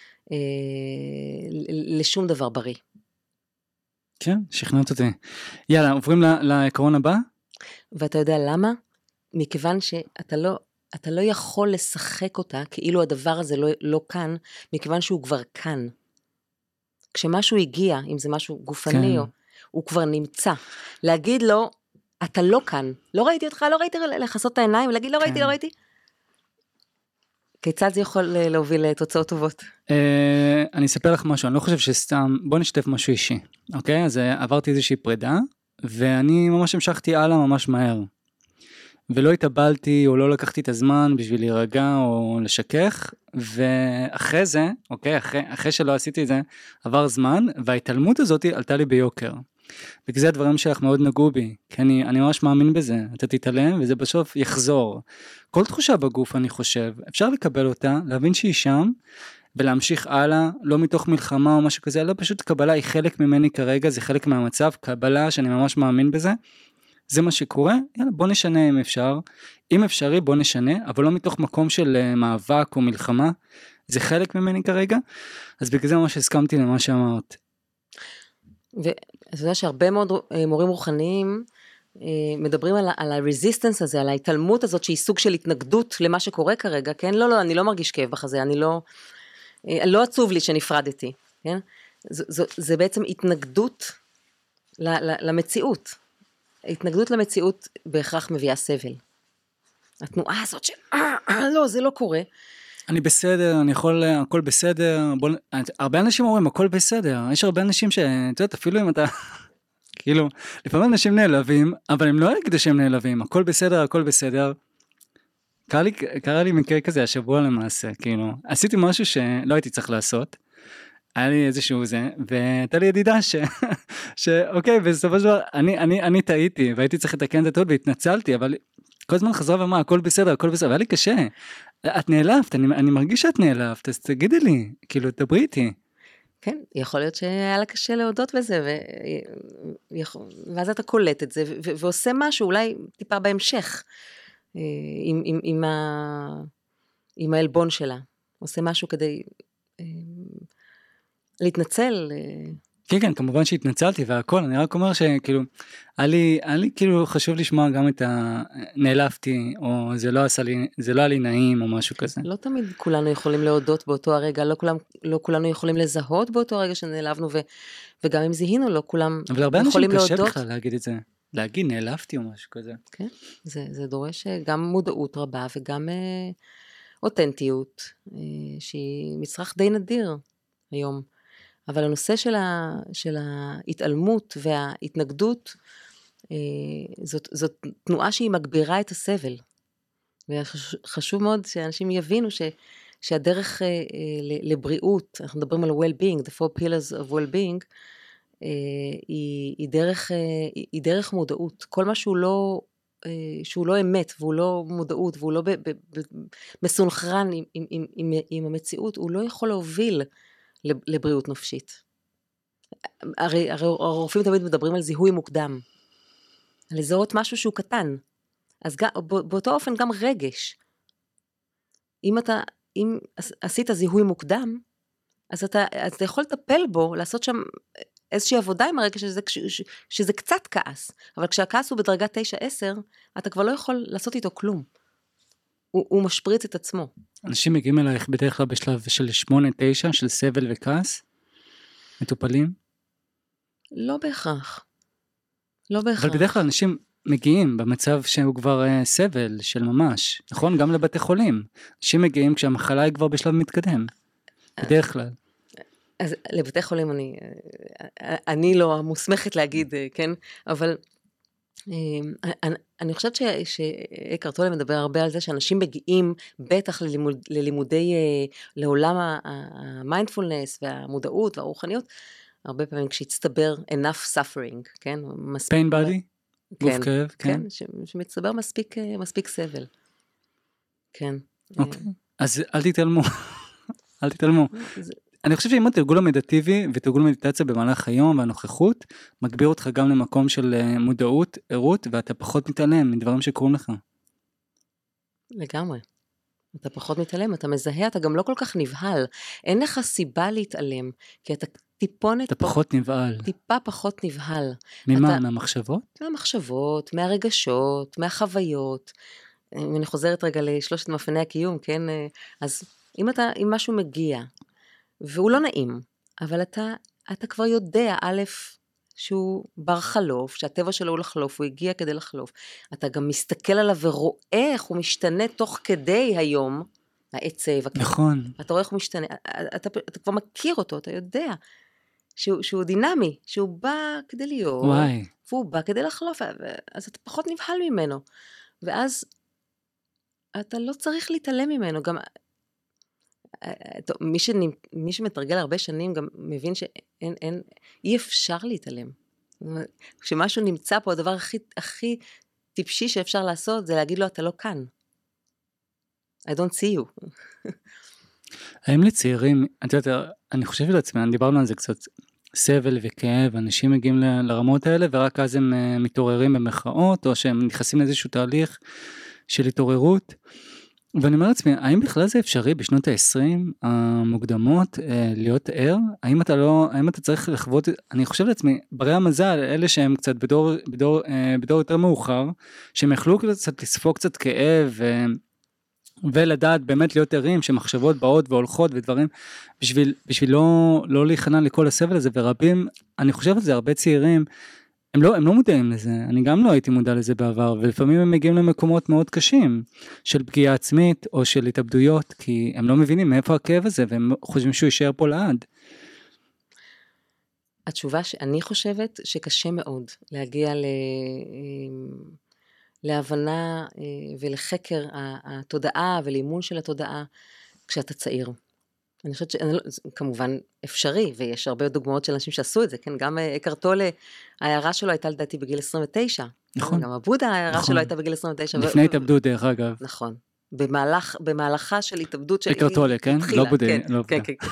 לשום דבר בריא. כן, שכנעת אותי. יאללה, עוברים לעקרון הבא? ואתה יודע למה? מכיוון שאתה לא, אתה לא יכול לשחק אותה, כאילו הדבר הזה לא, לא כאן, מכיוון שהוא כבר כאן. כשמשהו הגיע, אם זה משהו גופני, כן. או, הוא כבר נמצא. להגיד לו, אתה לא כאן, לא ראיתי אותך, לא ראיתי לחסות את העיניים, ולהגיד לא ראיתי, כן. לא ראיתי. כיצד זה יכול להוביל לתוצאות טובות? אני אספר לך משהו, אני לא חושב שסתם, בוא נשתף משהו אישי, אוקיי? אז עברתי איזושהי פרידה, ואני ממש המשכתי הלאה ממש מהר. ולא התאבלתי, או לא לקחתי את הזמן בשביל להירגע או לשכך, ואחרי זה, אוקיי, אחרי, אחרי שלא עשיתי את זה, עבר זמן, וההתעלמות הזאת עלתה לי ביוקר. וכזה הדברים שלך מאוד נגעו בי, כי אני, אני ממש מאמין בזה, אתה תתעלם וזה בסוף יחזור. כל תחושה בגוף אני חושב, אפשר לקבל אותה, להבין שהיא שם, ולהמשיך הלאה, לא מתוך מלחמה או משהו כזה, אלא פשוט קבלה היא חלק ממני כרגע, זה חלק מהמצב, קבלה שאני ממש מאמין בזה, זה מה שקורה, יאללה בוא נשנה אם אפשר, אם אפשרי בוא נשנה, אבל לא מתוך מקום של מאבק או מלחמה, זה חלק ממני כרגע, אז בגלל זה ממש הסכמתי למה שאמרת. ואתה יודע שהרבה מאוד מורים רוחניים מדברים על, על ה-resistance הזה, על ההתעלמות הזאת שהיא סוג של התנגדות למה שקורה כרגע, כן? לא, לא, אני לא מרגיש כאב בחזה, אני לא, לא עצוב לי שנפרדתי, כן? זה, זה, זה בעצם התנגדות למציאות. התנגדות למציאות בהכרח מביאה סבל. התנועה הזאת של, אה, אה, לא, זה לא קורה. אני בסדר, אני יכול, הכל בסדר. בוא, הרבה אנשים אומרים, הכל בסדר. יש הרבה אנשים שאתה יודעת, אפילו אם אתה, כאילו, לפעמים אנשים נעלבים, אבל הם לא יגידו שהם נעלבים. הכל בסדר, הכל בסדר. קרה לי, קרה לי מקרה כזה השבוע למעשה, כאילו, עשיתי משהו שלא הייתי צריך לעשות. היה לי איזשהו זה, והייתה לי ידידה ש, שאוקיי, בסופו של דבר, אני, אני, אני טעיתי, והייתי צריך לתקן את הטעות, והתנצלתי, אבל כל הזמן חזרה ואמרה, הכל בסדר, הכל בסדר, והיה לי קשה. את נעלבת, אני, אני מרגיש שאת נעלבת, אז תגידי לי, כאילו, דברי איתי. כן, יכול להיות שהיה לה קשה להודות בזה, ו... ואז אתה קולט את זה, ו... ועושה משהו, אולי טיפה בהמשך, עם, עם, עם, ה... עם האלבון שלה. עושה משהו כדי להתנצל. כן, כן, כמובן שהתנצלתי והכל, אני רק אומר שכאילו, היה לי, היה לי כאילו חשוב לשמוע גם את ה... נעלבתי, או זה לא עשה לי, זה לא היה לי נעים, או משהו כזה. לא תמיד כולנו יכולים להודות באותו הרגע, לא, כולם, לא כולנו יכולים לזהות באותו הרגע שנעלבנו, ו, וגם אם זיהינו, לא כולם אבל הרבה אנשים יכולים קשה להודות. בכלל להגיד את זה, להגיד נעלבתי או משהו כזה. כן, זה, זה דורש גם מודעות רבה, וגם אה, אותנטיות, אה, שהיא מצרך די נדיר היום. אבל הנושא של, ה, של ההתעלמות וההתנגדות, אה, זאת, זאת תנועה שהיא מגבירה את הסבל. וחשוב מאוד שאנשים יבינו ש, שהדרך אה, אה, לבריאות, אנחנו מדברים על well-being, the four pillars of well-being, אה, היא, היא, דרך, אה, היא דרך מודעות. כל מה שהוא לא, אה, שהוא לא אמת, והוא לא מודעות, והוא לא ב, ב, ב, מסונכרן עם, עם, עם, עם, עם המציאות, הוא לא יכול להוביל לבריאות נפשית. הרי, הרי הרופאים תמיד מדברים על זיהוי מוקדם, על לזהות משהו שהוא קטן, אז גם, באותו אופן גם רגש. אם אתה, אם עשית זיהוי מוקדם, אז אתה, אז אתה יכול לטפל בו, לעשות שם איזושהי עבודה עם הרגש שזה, שזה קצת כעס, אבל כשהכעס הוא בדרגה תשע עשר, אתה כבר לא יכול לעשות איתו כלום. הוא, הוא משפריץ את עצמו. אנשים מגיעים אלייך בדרך כלל בשלב של שמונה תשע, של סבל וכעס? מטופלים? לא בהכרח. לא בהכרח. אבל בדרך כלל אנשים מגיעים במצב שהוא כבר uh, סבל של ממש, נכון? גם לבתי חולים. אנשים מגיעים כשהמחלה היא כבר בשלב מתקדם. בדרך כלל. אז לבתי חולים אני, אני לא המוסמכת להגיד, כן? אבל אני, אני חושבת שאקהרט טולה מדבר הרבה על זה שאנשים מגיעים בטח ללימוד, ללימודי, לעולם המיינדפולנס והמודעות והרוחניות, הרבה פעמים כשהצטבר enough suffering, כן? pain body? גוף כאב, כן. כן, שמצטבר מספיק, מספיק סבל. כן. אוקיי, אז אל תתעלמו, אל תתעלמו. אני חושב שאם התרגול המדיטטיבי ותרגול מדיטציה במהלך היום והנוכחות, מגביר אותך גם למקום של מודעות, ערות, ואתה פחות מתעלם מדברים שקורים לך. לגמרי. אתה פחות מתעלם, אתה מזהה, אתה גם לא כל כך נבהל. אין לך סיבה להתעלם, כי אתה טיפונת... אתה פחות נבהל. טיפה פחות נבהל. ממה? אתה, מהמחשבות? מהמחשבות, מהרגשות, מהחוויות. אם אני חוזרת רגע לשלושת מאפייני הקיום, כן? אז אם אתה, אם משהו מגיע, והוא לא נעים, אבל אתה, אתה כבר יודע, א', שהוא בר חלוף, שהטבע שלו הוא לחלוף, הוא הגיע כדי לחלוף. אתה גם מסתכל עליו ורואה איך הוא משתנה תוך כדי היום, העצב. נכון. אתה רואה איך הוא משתנה, אתה, אתה כבר מכיר אותו, אתה יודע, שהוא, שהוא דינמי, שהוא בא כדי להיות, וואי. והוא בא כדי לחלוף, אז אתה פחות נבהל ממנו. ואז אתה לא צריך להתעלם ממנו, גם... טוב, מי, שנ... מי שמתרגל הרבה שנים גם מבין שאין, אין, אי אפשר להתעלם. כשמשהו נמצא פה, הדבר הכי, הכי טיפשי שאפשר לעשות, זה להגיד לו, אתה לא כאן. I don't see you. האם לצעירים, את יודעת, אני חושב לעצמי, דיברנו על זה קצת, סבל וכאב, אנשים מגיעים ל... לרמות האלה, ורק אז הם uh, מתעוררים במחאות, או שהם נכנסים לאיזשהו תהליך של התעוררות, ואני אומר לעצמי, האם בכלל זה אפשרי בשנות ה-עשרים המוקדמות להיות ער? האם אתה לא, האם אתה צריך לחוות, אני חושב לעצמי, ברי המזל, אלה שהם קצת בדור, בדור, בדור יותר מאוחר, שהם יכלו קצת לספוג קצת כאב, ולדעת באמת להיות ערים שמחשבות באות והולכות ודברים, בשביל, בשביל לא, לא להיכנע לכל הסבל הזה, ורבים, אני חושב על זה, הרבה צעירים, הם לא, הם לא מודעים לזה, אני גם לא הייתי מודע לזה בעבר, ולפעמים הם מגיעים למקומות מאוד קשים, של פגיעה עצמית, או של התאבדויות, כי הם לא מבינים מאיפה הכאב הזה, והם חושבים שהוא יישאר פה לעד. התשובה שאני חושבת שקשה מאוד להגיע ל... להבנה ולחקר התודעה ולאימון של התודעה כשאתה צעיר. אני חושבת שכמובן אפשרי, ויש הרבה דוגמאות של אנשים שעשו את זה, כן? גם קרטולה, ההערה שלו הייתה לדעתי בגיל עשרים ותשע. נכון. גם הבודה, ההערה נכון. שלו הייתה בגיל עשרים ותשע. לפני התאבדות דרך אגב. נכון. במהלך, במהלכה של התאבדות של... קרטולה, כן? לא בודה. כן, לא כן, כן.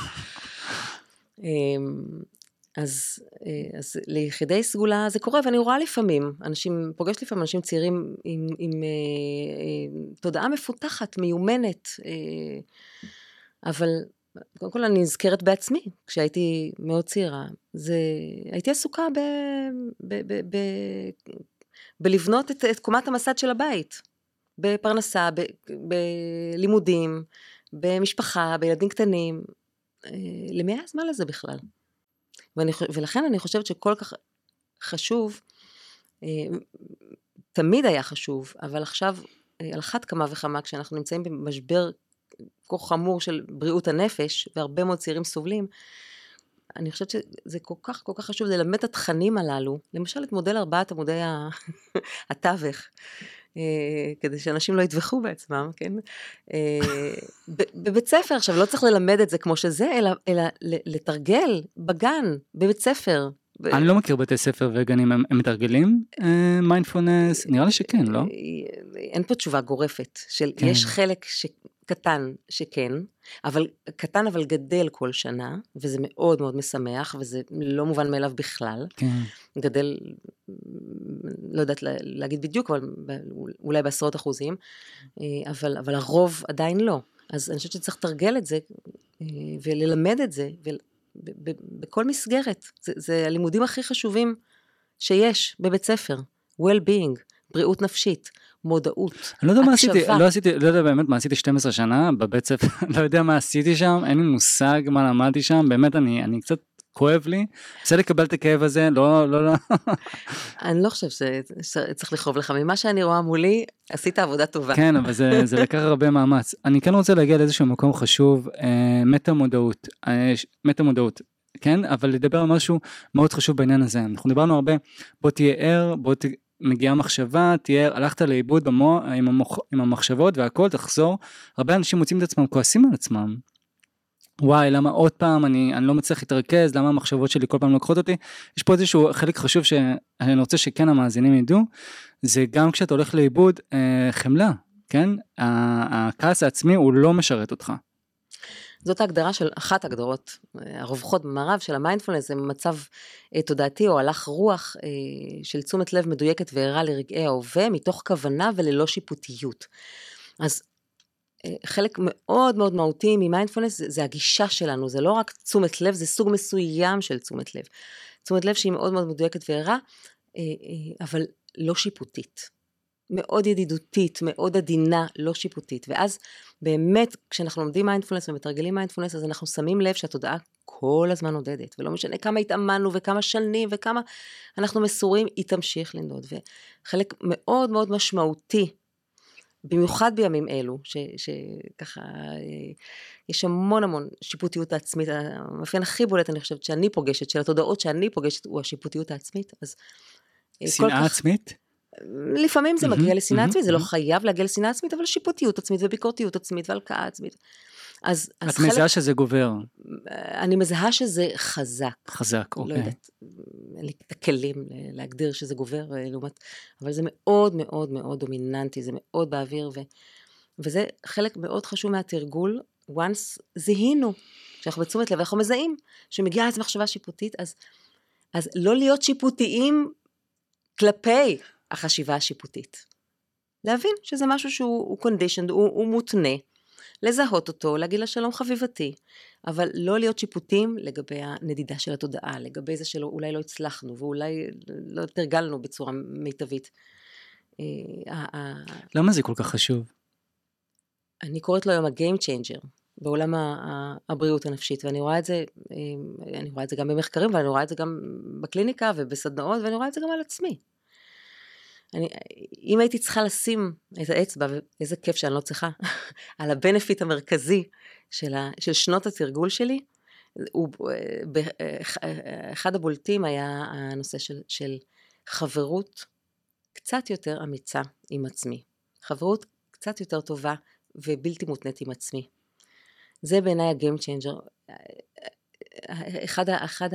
אז, אז ליחידי סגולה זה קורה, ואני רואה לפעמים, אנשים, פוגש לפעמים אנשים צעירים עם, עם אה, אה, תודעה מפותחת, מיומנת, אה, אבל קודם כל אני נזכרת בעצמי, כשהייתי מאוד צעירה, זה, הייתי עסוקה ב, ב, ב, ב, בלבנות את, את קומת המסד של הבית, בפרנסה, ב, בלימודים, במשפחה, בילדים קטנים, אה, למי היה הזמן לזה בכלל? ואני, ולכן אני חושבת שכל כך חשוב, תמיד היה חשוב, אבל עכשיו על אחת כמה וכמה, כשאנחנו נמצאים במשבר כה חמור של בריאות הנפש, והרבה מאוד צעירים סובלים, אני חושבת שזה כל כך כל כך חשוב ללמד את התכנים הללו, למשל את מודל ארבעת עמודי התווך, כדי שאנשים לא יטבחו בעצמם, כן? בבית ספר, עכשיו לא צריך ללמד את זה כמו שזה, אלא, אלא לתרגל בגן, בבית ספר. אני לא מכיר בתי ספר וגנים, הם מתרגלים מיינדפולנס? נראה לי שכן, לא? אין פה תשובה גורפת, של יש חלק קטן שכן, אבל קטן אבל גדל כל שנה, וזה מאוד מאוד משמח, וזה לא מובן מאליו בכלל. כן. גדל, לא יודעת להגיד בדיוק, אבל אולי בעשרות אחוזים, אבל, אבל הרוב עדיין לא. אז אני חושבת שצריך לתרגל את זה, וללמד את זה, בכל מסגרת. זה, זה הלימודים הכי חשובים שיש בבית ספר. well-being, בריאות נפשית, מודעות, אני לא יודע מה עשיתי, לא עשיתי, לא יודע באמת מה עשיתי שתים עשרה שנה בבית ספר, לא יודע מה עשיתי שם, אין לי מושג מה למדתי שם, באמת אני, אני קצת כואב לי, רוצה לקבל את הכאב הזה, לא, לא, לא. אני לא חושב שצריך לכאוב לך, ממה שאני רואה מולי, עשית עבודה טובה. כן, אבל זה, זה לקח הרבה מאמץ. אני כן רוצה להגיע לאיזשהו מקום חשוב, מטה מודעות, מטה מודעות. כן, אבל לדבר על משהו מאוד חשוב בעניין הזה. אנחנו דיברנו הרבה, בוא תהיה ער, בוא ת... מגיעה מחשבה, תהיה, הלכת לאיבוד במוח, עם, המוח, עם המחשבות והכל, תחזור. הרבה אנשים מוצאים את עצמם, כועסים על עצמם. וואי, למה עוד פעם, אני, אני לא מצליח להתרכז, למה המחשבות שלי כל פעם לוקחות אותי? יש פה איזשהו חלק חשוב שאני רוצה שכן המאזינים ידעו, זה גם כשאתה הולך לאיבוד, אה, חמלה, כן? הכעס העצמי הוא לא משרת אותך. זאת ההגדרה של אחת הגדרות, הרווחות במערב של המיינדפולנס, זה מצב תודעתי או הלך רוח של תשומת לב מדויקת וערה לרגעי ההווה, מתוך כוונה וללא שיפוטיות. אז חלק מאוד מאוד מהותי ממיינדפולנס, זה, זה הגישה שלנו, זה לא רק תשומת לב, זה סוג מסוים של תשומת לב. תשומת לב שהיא מאוד מאוד מדויקת וערה, אבל לא שיפוטית. מאוד ידידותית, מאוד עדינה, לא שיפוטית. ואז באמת, כשאנחנו לומדים מיינדפולנס ומתרגלים מיינדפולנס, אז אנחנו שמים לב שהתודעה כל הזמן עודדת, ולא משנה כמה התאמנו וכמה שנים וכמה אנחנו מסורים, היא תמשיך לנדוד. וחלק מאוד מאוד משמעותי, במיוחד בימים אלו, ש, שככה, יש המון המון שיפוטיות העצמית, המאפיין הכי בולט, אני חושבת, שאני פוגשת, של התודעות שאני פוגשת, הוא השיפוטיות העצמית. אז שנאה עצמית? לפעמים זה מגיע לשנאה עצמית, זה לא חייב להגיע לשנאה עצמית, אבל שיפוטיות עצמית וביקורתיות עצמית והלקאה עצמית. אז, אז את חלק, מזהה שזה גובר? אני מזהה שזה חזק. חזק, אוקיי. לא יודעת, אין לי את הכלים להגדיר שזה גובר לעומת, אבל זה מאוד מאוד מאוד דומיננטי, זה מאוד באוויר, ו, וזה חלק מאוד חשוב מהתרגול, once זיהינו, כשאנחנו בתשומת לב, אנחנו מזהים, שמגיעה איזו מחשבה שיפוטית, אז, אז לא להיות שיפוטיים כלפי החשיבה השיפוטית. להבין שזה משהו שהוא conditioned, הוא, הוא מותנה, לזהות אותו, להגיד לה שלום חביבתי, אבל לא להיות שיפוטים לגבי הנדידה של התודעה, לגבי זה שאולי לא הצלחנו, ואולי לא תרגלנו בצורה מיטבית. למה זה כל כך חשוב? אני קוראת לו היום ה-game changer בעולם הבריאות הנפשית, ואני רואה את זה, אני רואה את זה גם במחקרים, ואני רואה את זה גם בקליניקה ובסדנאות, ואני רואה את זה גם על עצמי. אני, אם הייתי צריכה לשים את האצבע, ואיזה כיף שאני לא צריכה, על הבנפיט המרכזי של, ה, של שנות התרגול שלי, הוא, אחד הבולטים היה הנושא של, של חברות קצת יותר אמיצה עם עצמי. חברות קצת יותר טובה ובלתי מותנית עם עצמי. זה בעיניי ה-game changer. אחד, אחד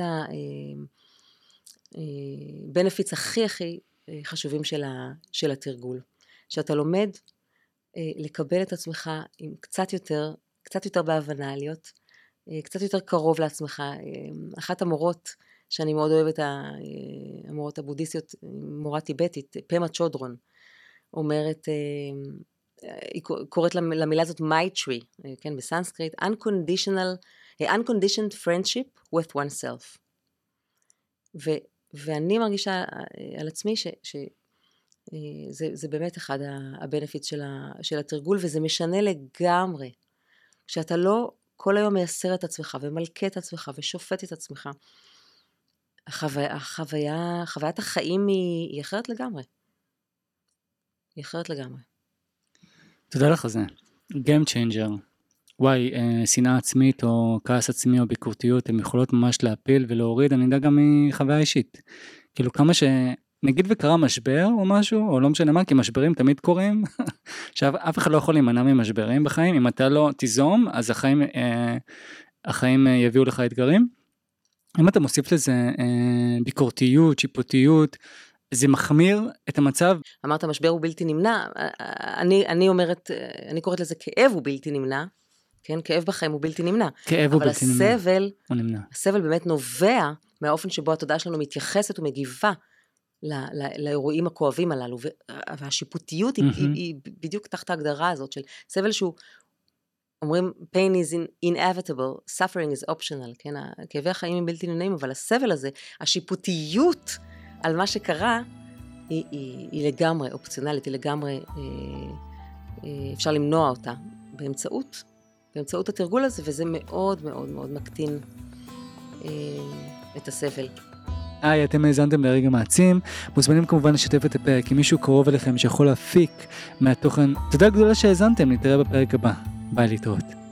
ה-benefits הכי הכי חשובים של, ה, של התרגול. שאתה לומד לקבל את עצמך עם קצת יותר, קצת יותר בהבנה, להיות קצת יותר קרוב לעצמך. אחת המורות שאני מאוד אוהבת, המורות הבודהיסטיות, מורה טיבטית, פמה צ'ודרון, אומרת, היא קוראת למילה הזאת מייטרי, כן, בסנסקריט, unconditional, unconditioned friendship with oneself. ו, ואני מרגישה על עצמי ש, ש זה, זה באמת אחד הבנפיט של, ה, של התרגול, וזה משנה לגמרי. כשאתה לא כל היום מייסר את עצמך, ומלכה את עצמך, ושופט את עצמך, החוויה, החוויה, חוויית החיים היא, היא אחרת לגמרי. היא אחרת לגמרי. תודה לך זה. Game changer. וואי, אה, שנאה עצמית או כעס עצמי או ביקורתיות, הן יכולות ממש להפיל ולהוריד, אני יודע גם מחוויה אישית. כאילו כמה ש... נגיד וקרה משבר או משהו, או לא משנה מה, כי משברים תמיד קורים. עכשיו, אף אחד לא יכול להימנע ממשברים בחיים, אם אתה לא תיזום, אז החיים, אה, החיים יביאו לך אתגרים. אם אתה מוסיף לזה אה, ביקורתיות, שיפוטיות, זה מחמיר את המצב. אמרת, המשבר הוא בלתי נמנע, אני, אני אומרת, אני קוראת לזה כאב הוא בלתי נמנע, כן, כאב בחיים הוא בלתי נמנע. כאב הוא בלתי נמנע. אבל הסבל, הוא נמנע. הסבל באמת נובע מהאופן שבו התודעה שלנו מתייחסת ומגיבה לאירועים הכואבים הללו, והשיפוטיות היא, היא, היא בדיוק תחת ההגדרה הזאת של סבל שהוא, אומרים, pain is inevitable, suffering is optional, כן, כאבי החיים הם בלתי נמנעים, אבל הסבל הזה, השיפוטיות על מה שקרה, היא, היא, היא לגמרי אופציונלית, היא לגמרי, אה, אה, אפשר למנוע אותה באמצעות, באמצעות התרגול הזה, וזה מאוד מאוד מאוד מקטין אה, את הסבל. היי, אתם האזנתם לרגע מעצים, מוזמנים כמובן לשתף את הפרק עם מישהו קרוב אליכם שיכול להפיק מהתוכן. תודה גדולה שהאזנתם, נתראה בפרק הבא. ביי, להתראות.